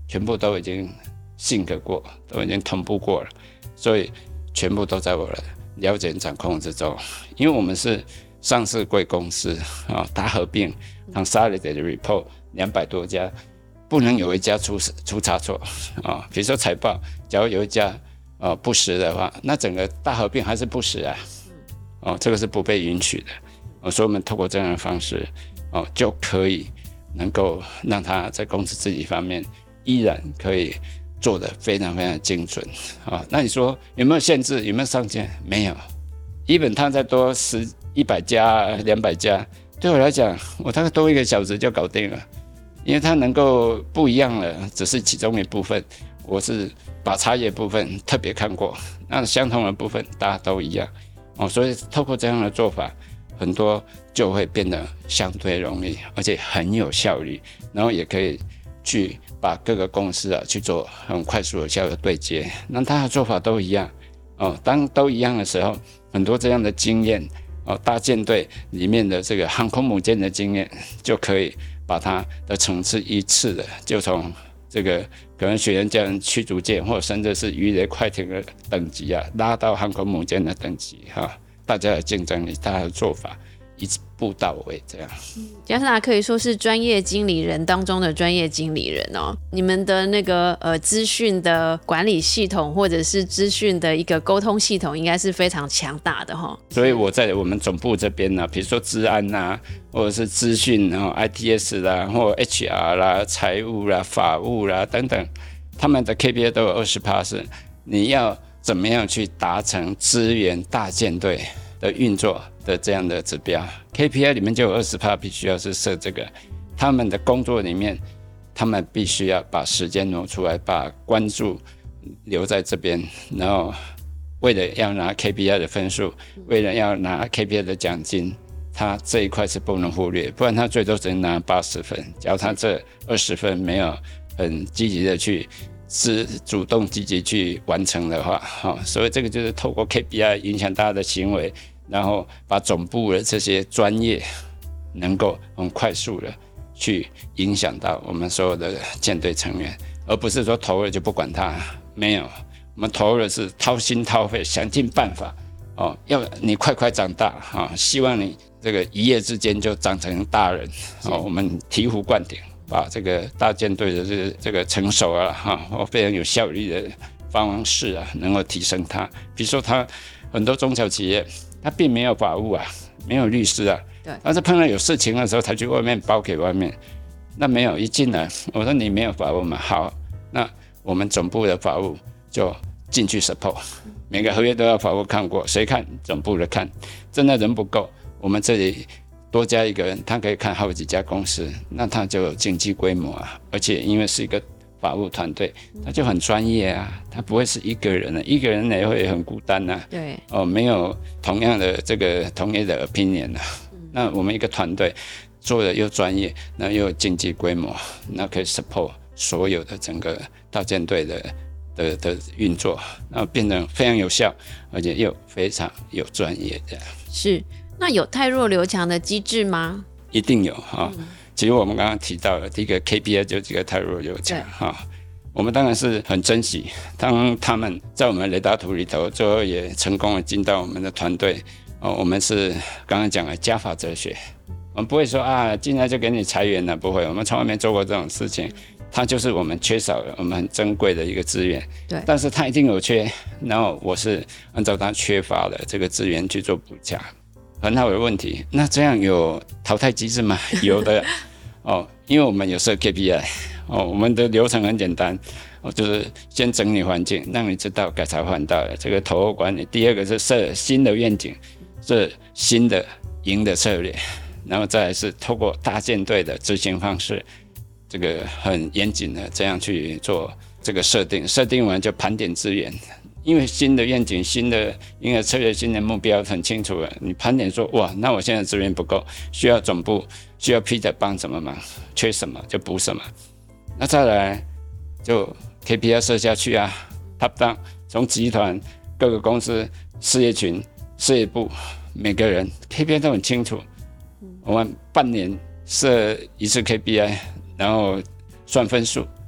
全部都已经sync过，都已经同步过了，所以全部都在我的了解掌控之中。因为我们是上市贵公司啊，大合并 consolidated report 两百多家，不能有一家出出差错啊。比如说财报，假如有一家呃不实的话，那整个大合并还是不实啊，哦，这个是不被允许的。哦，所以我们透过这样的方式，哦，就可以能够让他在公司治理方面依然可以做得非常非常精准啊。那你说有没有限制？有没有上限？没有。even 他再多十一百家、两百家，对我来讲，我大概多一个小时就搞定了，因为它能够不一样了，只是其中一部分。我是把差异部分特别看过，那相同的部分大家都一样哦，所以透过这样的做法，很多就会变得相对容易，而且很有效率，然后也可以去把各个公司啊去做很快速有效的对接，那大家的做法都一样哦。当都一样的时候，很多这样的经验哦，大舰队里面的这个航空母舰的经验，就可以把它的层次一次的就从这个可能雪原舰、驱逐舰，或者甚至是鱼雷快艇的等级啊，拉到航空母舰的等级哈、啊，大家的竞争力，大家的做法一步到位，这样。 佳士达可以说是专业经理人当中的专业经理人哦。你们的那个呃资讯的管理系统，或者是资讯的一个沟通系统，应该是非常强大的哈、哦。 所以我在我们总部这边呢、啊，比如说资安呐、啊，或者是资讯啊 I T S 啦，或 H R 啦、财务啦、法务啦等等，他们的 K P I 都有 百分之二十 是你要怎么样去达成支援大舰队的运作的这样的指标 ，K P I 里面就有 百分之二十 必须要是设这个，他们的工作里面，他们必须要把时间挪出来，把关注留在这边，然后为了要拿 K P I 的分数，为了要拿 K P I 的奖金，他这一块是不能忽略，不然他最多只能拿八十分。假如他这二十分没有很积极的去是主动积极去完成的话，哦，所以这个就是透过 K P I 影响大家的行为，然后把总部的这些专业能够很快速的去影响到我们所有的舰队成员，而不是说投了就不管他，没有，我们投了是掏心掏肺，想尽办法哦，要你快快长大啊、哦，希望你这个一夜之间就长成大人哦，我们醍醐灌顶。把这个大舰队的这个这个成熟啊，哈，或非常有效率的方式啊，能够提升它。比如说，他很多中小企业，他并没有法务啊，没有律师啊， 对， 但是碰到有事情的时候，才去外面包给外面。那没有一进来，我说你没有法务嘛，好，那我们总部的法务就进去 support， 每个合约都要法务看过，谁看？总部的看，真的人不够，我们这里多加一个人，他可以看好几家公司，那他就有经济规模啊，而且因为是一个法务团队，他就很专业啊，他不会是一个人的，一个人也会很孤单啊。 对， 哦，没有同样的这个同业的 opinion 啊。那我们一个团队做的又专业，那又有经济规模，那可以 support 所有的整个大舰队的的的运作，然后变得非常有效，而且又非常有专业的。 是。那有汰弱留强的机制吗？ 一定有哈、嗯。其实我们刚刚提到了第一个 K P I 就这个汰弱留强哈。我们当然是很珍惜，当他们在我们雷达图里头，最后也成功的进到我们的团队。哦，我们是刚刚讲的加法哲学，我们不会说啊进来就给你裁员了，不会，我们从来没做过这种事情。它就是我们缺少了我们很珍贵的一个资源， 对， 但是它一定有缺，然后我是按照它缺乏的这个资源去做补强。很好的问题，那这样有淘汰机制吗？有的哦，因为我们有设 K P I 哦，我们的流程很简单哦，就是先整理环境，让你知道改朝换代了这个投后管理。第二个是设新的愿景，是新的赢的策略，然后再来是透过大舰队的执行方式，这个很严谨的这样去做这个设定，设定完就盘点资源。因为新的愿景、新的营业策略、新的目标很清楚了，你盘点说哇，那我现在资源不够，需要总部需要 Peter 帮什么忙，缺什么就补什么。那再来就 K P I 设下去啊 ，Top down 从集团各个公司、事业群、事业部每个人 K P I 都很清楚。我们半年设一次 K P I， 然后算分数，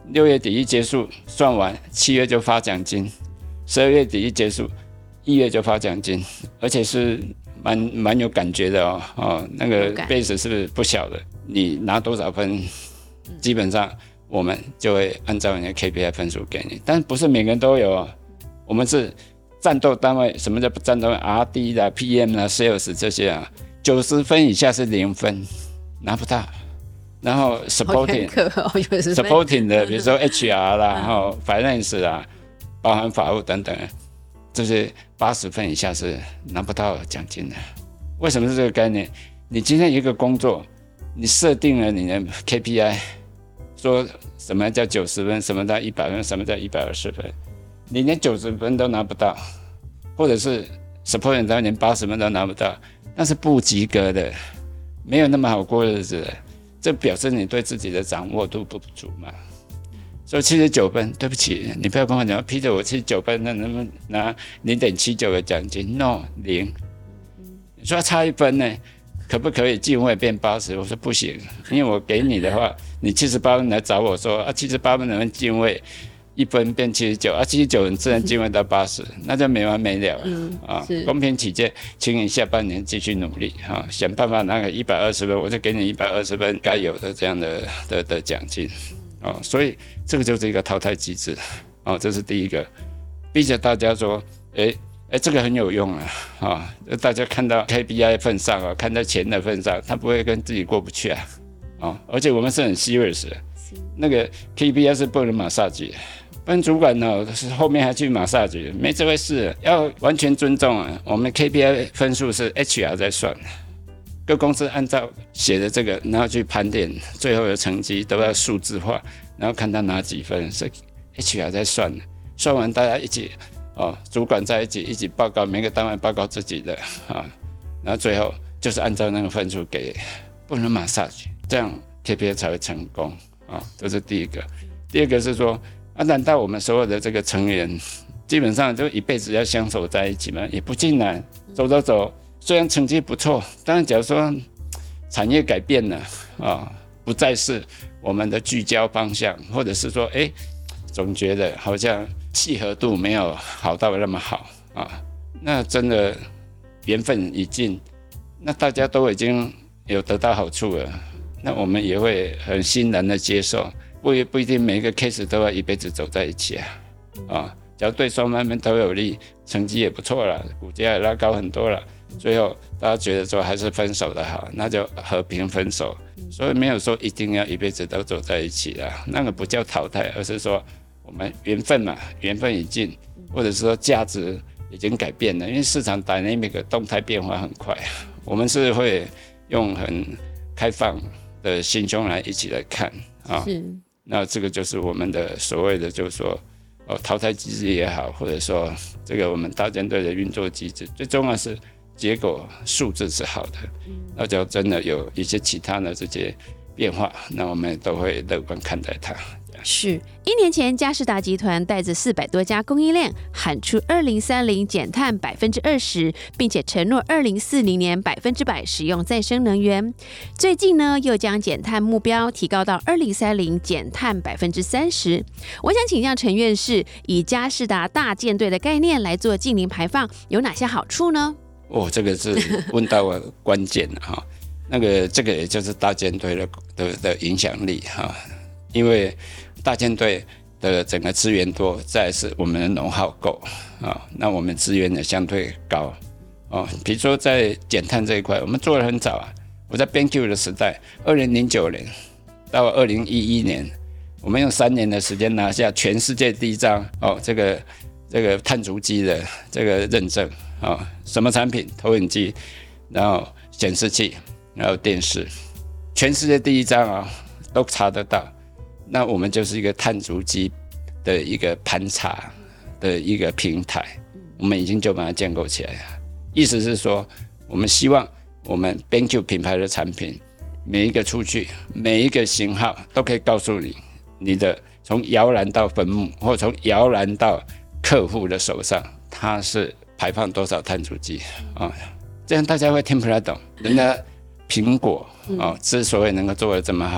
六月底一结束，算完七月就发奖金，十二月底一结束，一月就发奖金，而且是蛮蛮有感觉的哦。哦，那个 base 是不是不小的？你拿多少分，基本上我们就会按照你的 K P I 分数给你，但不是每个人都有哦。我们是战斗单位，什么叫战斗单位 ？R D 啦、P M 啦、Sales 这些啊，九十分以下是零分，拿不到。然后 supporting、 哦、 supporting 的，比如说 H R 啦，然后 finance 啦，包含法务等等，这些八十分以下是拿不到奖金的。为什么是这个概念？你今天一个工作，你设定了你的 K P I， 说什么叫九十分，什么叫一百分，什么叫一百二十分，你连九十分都拿不到，或者是 supporting 到连八十分都拿不到，那是不及格的，没有那么好过日子的。这表示你对自己的掌握度不足嘛。所以七十九分，对不起，你不要跟我讲 Peter 我七十九分，那能不能拿 零点七九 的奖金 ？No， 零。你说差一分呢，可不可以进位变八十？我说不行，因为我给你的话，你七十八分来找我说啊，七十八分能不能进位？一分变七十九啊，七十九你自然进位到八十，那就没完没了了、嗯、啊！公平起见，请你下半年继续努力啊，想办法拿个一百二十分，我就给你一百二十分该有的这样的的的奖金啊！所以这个就是一个淘汰机制啊，这是第一个，逼着大家说，哎哎，这个很有用啊啊！大家看到 K P I 份上啊，看到钱的份上，他不会跟自己过不去啊啊！而且我们是很 serious 的，那个 K P I 是不能马杀鸡。跟主管呢，后面还去马萨局，没这回事，要完全尊重啊。我们 K P I 分数是 H R 在算，各公司按照写的这个，然后去盘点最后的成绩都要数字化，然后看他拿几分，是 H R 在算的。算完大家一起哦，主管在一起一起报告，每个单位报告自己的啊，然后最后就是按照那个分数给，不能马萨局，这样 K P I 才会成功啊。这是第一个。第二个是说。啊，难道我们所有的这个成员基本上就一辈子要相守在一起吗？也不尽然，走走走，虽然成绩不错，但是假如说产业改变了啊，不再是我们的聚焦方向，或者是说，哎，总觉得好像契合度没有好到那么好啊，那真的缘分已尽，那大家都已经有得到好处了，那我们也会很欣然的接受。不不一定每一个 case 都要一辈子走在一起啊，啊，只要对双方面都有利，成绩也不错了，股价也拉高很多了，最后大家觉得说还是分手的好，那就和平分手。所以没有说一定要一辈子都走在一起的，那个不叫淘汰，而是说我们缘分嘛，缘分已尽，或者是说价值已经改变了，因为市场 dynamic 动态变化很快，我们是会用很开放的心胸来一起来看啊。是。那这个就是我们的所谓的，就是说，哦，淘汰机制也好，或者说这个我们大舰队的运作机制，最重要是结果数字是好的。那就真的有一些其他的这些变化，那我们都会乐观看待它。 是一年前，佳世达集团带着四百多家供应链喊出二零三零减碳百分之二十，并且承诺二零四零年百分之百使用再生能源。最近呢，又将减碳目标提高到二零三零减碳百分之三十。我想请教陈院士，以佳世达大舰队的概念来做净零排放，有哪些好处呢？ 哦，这个是问到我关键了哈。那个这个也就是大舰队 的, 的, 的影响力哈，因为大舰队的整个资源多，再来是我们的know how够啊，那我们资源也相对高哦。比如说在减碳这一块，我们做得很早啊。我在 B E N Q 的时代，二零零九年到二零一一年，我们用三年的时间拿下全世界第一张哦，这个这个碳足迹的这个认证啊、哦，什么产品？投影机，然后显示器，然后电视，全世界第一张啊、哦，都查得到。那我们就是一个碳足迹的一个盘查的一个平台，我们已经就把它建构起来了。意思是说，我们希望我们 B E N Q 品牌的产品，每一个出去，每一个型号都可以告诉你，你的从摇篮到坟墓，或从摇篮到客户的手上，它是排放多少碳足迹啊？这样大家会听不太懂。人家苹果啊、哦，之所以能够做得这么好。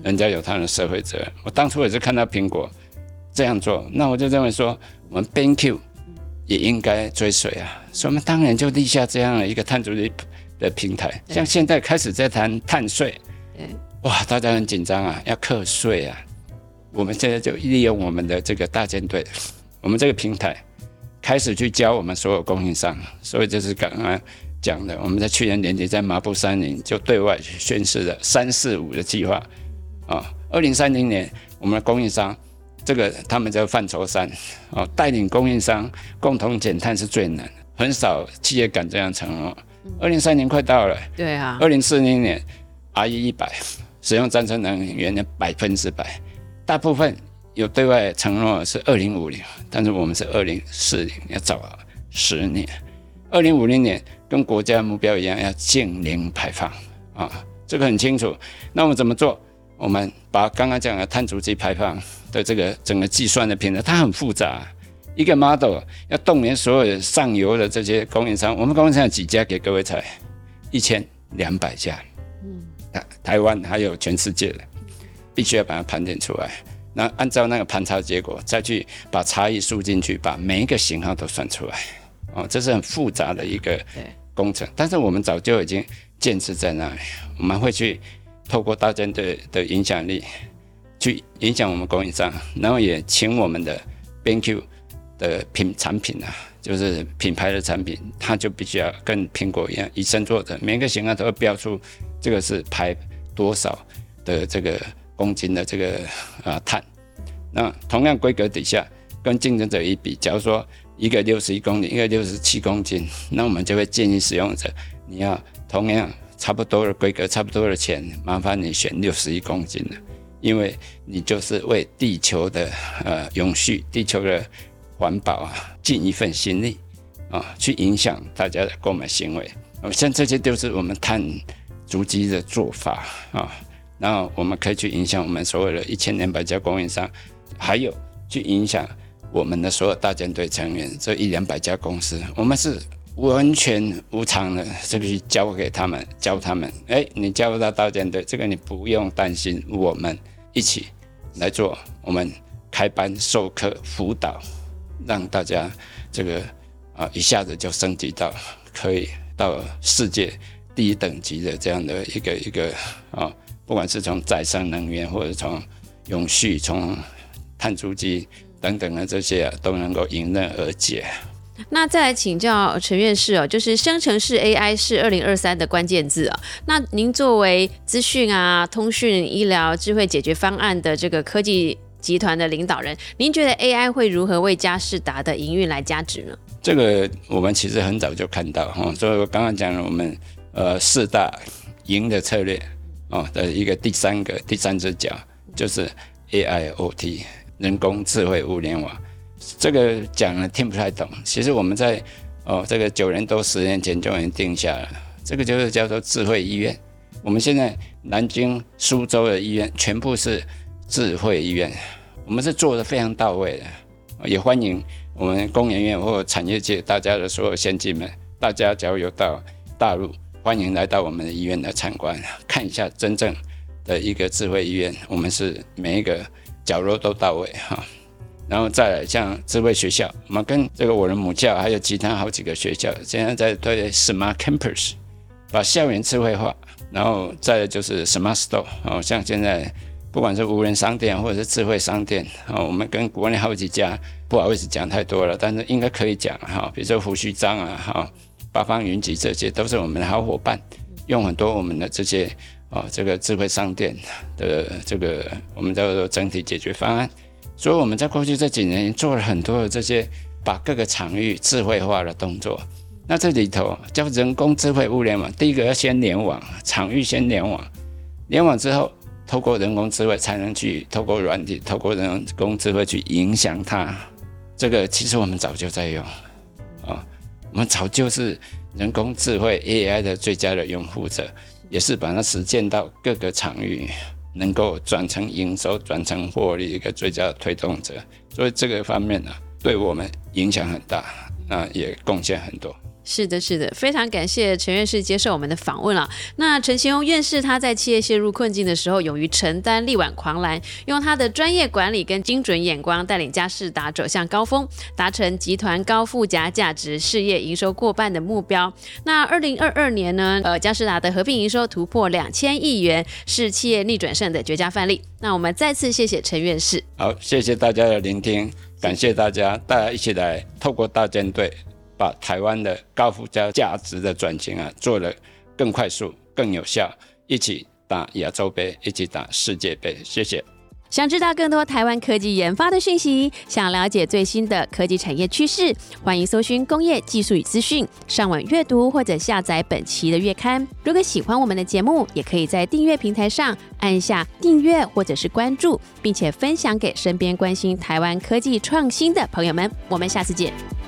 人家有他的社会责任。我当初也是看到苹果这样做，那我就认为说，我们 B E N Q 也应该追随啊，所以我们当然就立下这样的一个碳足迹的平台。像现在开始在谈碳税，哇，大家很紧张啊，要课税啊。我们现在就利用我们的这个大舰队，我们这个平台开始去教我们所有供应商，所以就是刚刚讲的，我们在去年年底在麻布山林就对外宣示了三四五的计划啊。二零三零年，我们的供应商这个他们叫范畴三啊，带领供应商共同减碳是最难的，很少企业敢这样承诺。二零三零快到了， 对啊， 二零四零年 R E 一百使用再生能源的百分之百，大部分有对外承诺是二零五零，但是我们是二零四零，要早十年。二零五零年跟国家目标一样，要净零排放啊，这个很清楚。那我们怎么做？我们把刚刚讲的碳足迹排放的这个整个计算的平台，它很复杂，一个 model 要动员所有上游的这些供应商。我们供应商有几家？给各位猜，一千两百家。嗯，台湾还有全世界的，必须要把它盘点出来。那按照那个盘查结果，再去把差异输进去，把每一个型号都算出来。哦，这是很复杂的一个工程，但是我们早就已经建设在那里。我们会去透过大舰队的影响力，去影响我们供应商，然后也请我们的 B E N Q 的品产品啊，就是品牌的产品，它就必须要跟苹果一样以身作则，每个型号都会标出这个是排多少的这个公斤的这个啊碳。那同样规格底下，跟竞争者一比，假如说一个六十一公斤，一个六十七公斤，那我们就会建议使用者，你要同样差不多的规格、差不多的钱，麻烦你选六十一公斤的，因为你就是为地球的呃永续、地球的环保啊尽一份心力啊，去影响大家的购买行为。像这些都是我们碳足迹的做法啊，然后我们可以去影响我们所有的一千两百家供应商，还有去影响我们的所有大舰队成员，这一两百家公司，我们是完全无偿的，这个去交给他们，教他们。哎，你加入到大舰队，这个你不用担心，我们一起来做，我们开班授课辅导，让大家这个啊一下子就升级到可以到世界第一等级的这样的一个一个啊，不管是从再生能源，或者从永续，从碳足迹等等的这些、啊、都能够迎刃而解。 那再来请教陈院士哦，就是生成式 A I 是二零二三的关键字啊、哦。那您作为资讯啊、通讯、医疗、智慧解决方案的这个科技集团的领导人，您觉得 A I 会如何为佳世达的营运来加值呢？ 这个我们其实很早就看到哈，所以我刚刚讲了我们呃四大赢的策略哦的一个第三个第三只脚就是 A I O T 人工智慧物联网。这个讲了听不太懂，其实我们在哦这个九年多十年前就已经定下了，这个就是叫做智慧医院。我们现在南京、苏州的医院全部是智慧医院，我们是做得非常到位的，也欢迎我们工研院或产业界大家的所有先进们，大家只要有到大陆，欢迎来到我们的医院来参观，看一下真正的一个智慧医院，我们是每一个角落都到位哈。然后再来像智慧学校，我们跟这个我的母校还有其他好几个学校，现在在推 Smart Campus， 把校园智慧化。然后再来就是 Smart Store， 哦，像现在不管是无人商店或者是智慧商店，哦，我们跟国内好几家，不好意思讲太多了，但是应该可以讲哈，比如说胡须章啊，哈，八方云集，这些都是我们的好伙伴，用很多我们的这些哦这个智慧商店的这个我们叫做整体解决方案。所以我们在过去这几年做了很多的这些把各个场域智慧化的动作。那这里头叫人工智慧物联网，第一个要先联网，场域先联网，联网之后透过人工智慧才能去透过软体，透过人工智慧去影响它。这个其实我们早就在用、哦、我们早就是人工智慧 A I 的最佳的拥护者，也是把它实践到各个场域，能够转成营收、转成获利一个最佳的推动者。所以这个方面呢、啊，对我们影响很大，那也贡献很多。 是的，是的，非常感谢陈院士接受我们的访问了。那陈其宏院士他在企业陷入困境的时候，勇于承担力挽狂澜，用他的专业管理跟精准眼光，带领佳世达走向高峰，达成集团高附加价值事业营收过半的目标。那二零二二年呢，呃，佳世达的合并营收突破两千亿元，是企业逆转胜的绝佳范例。那我们再次谢谢陈院士。 好，谢谢大家的聆听，感谢大家，大家一起来透过大舰队，把台湾的高附加价值的转型啊，做得更快速、更有效，一起打亚洲杯，一起打世界杯。谢谢。 想知道更多台湾科技研发的讯息，想了解最新的科技产业趋势，欢迎搜寻工业技术与资讯，上网阅读或者下载本期的月刊。如果喜欢我们的节目，也可以在订阅平台上按下订阅或者是关注，并且分享给身边关心台湾科技创新的朋友们。我们下次见。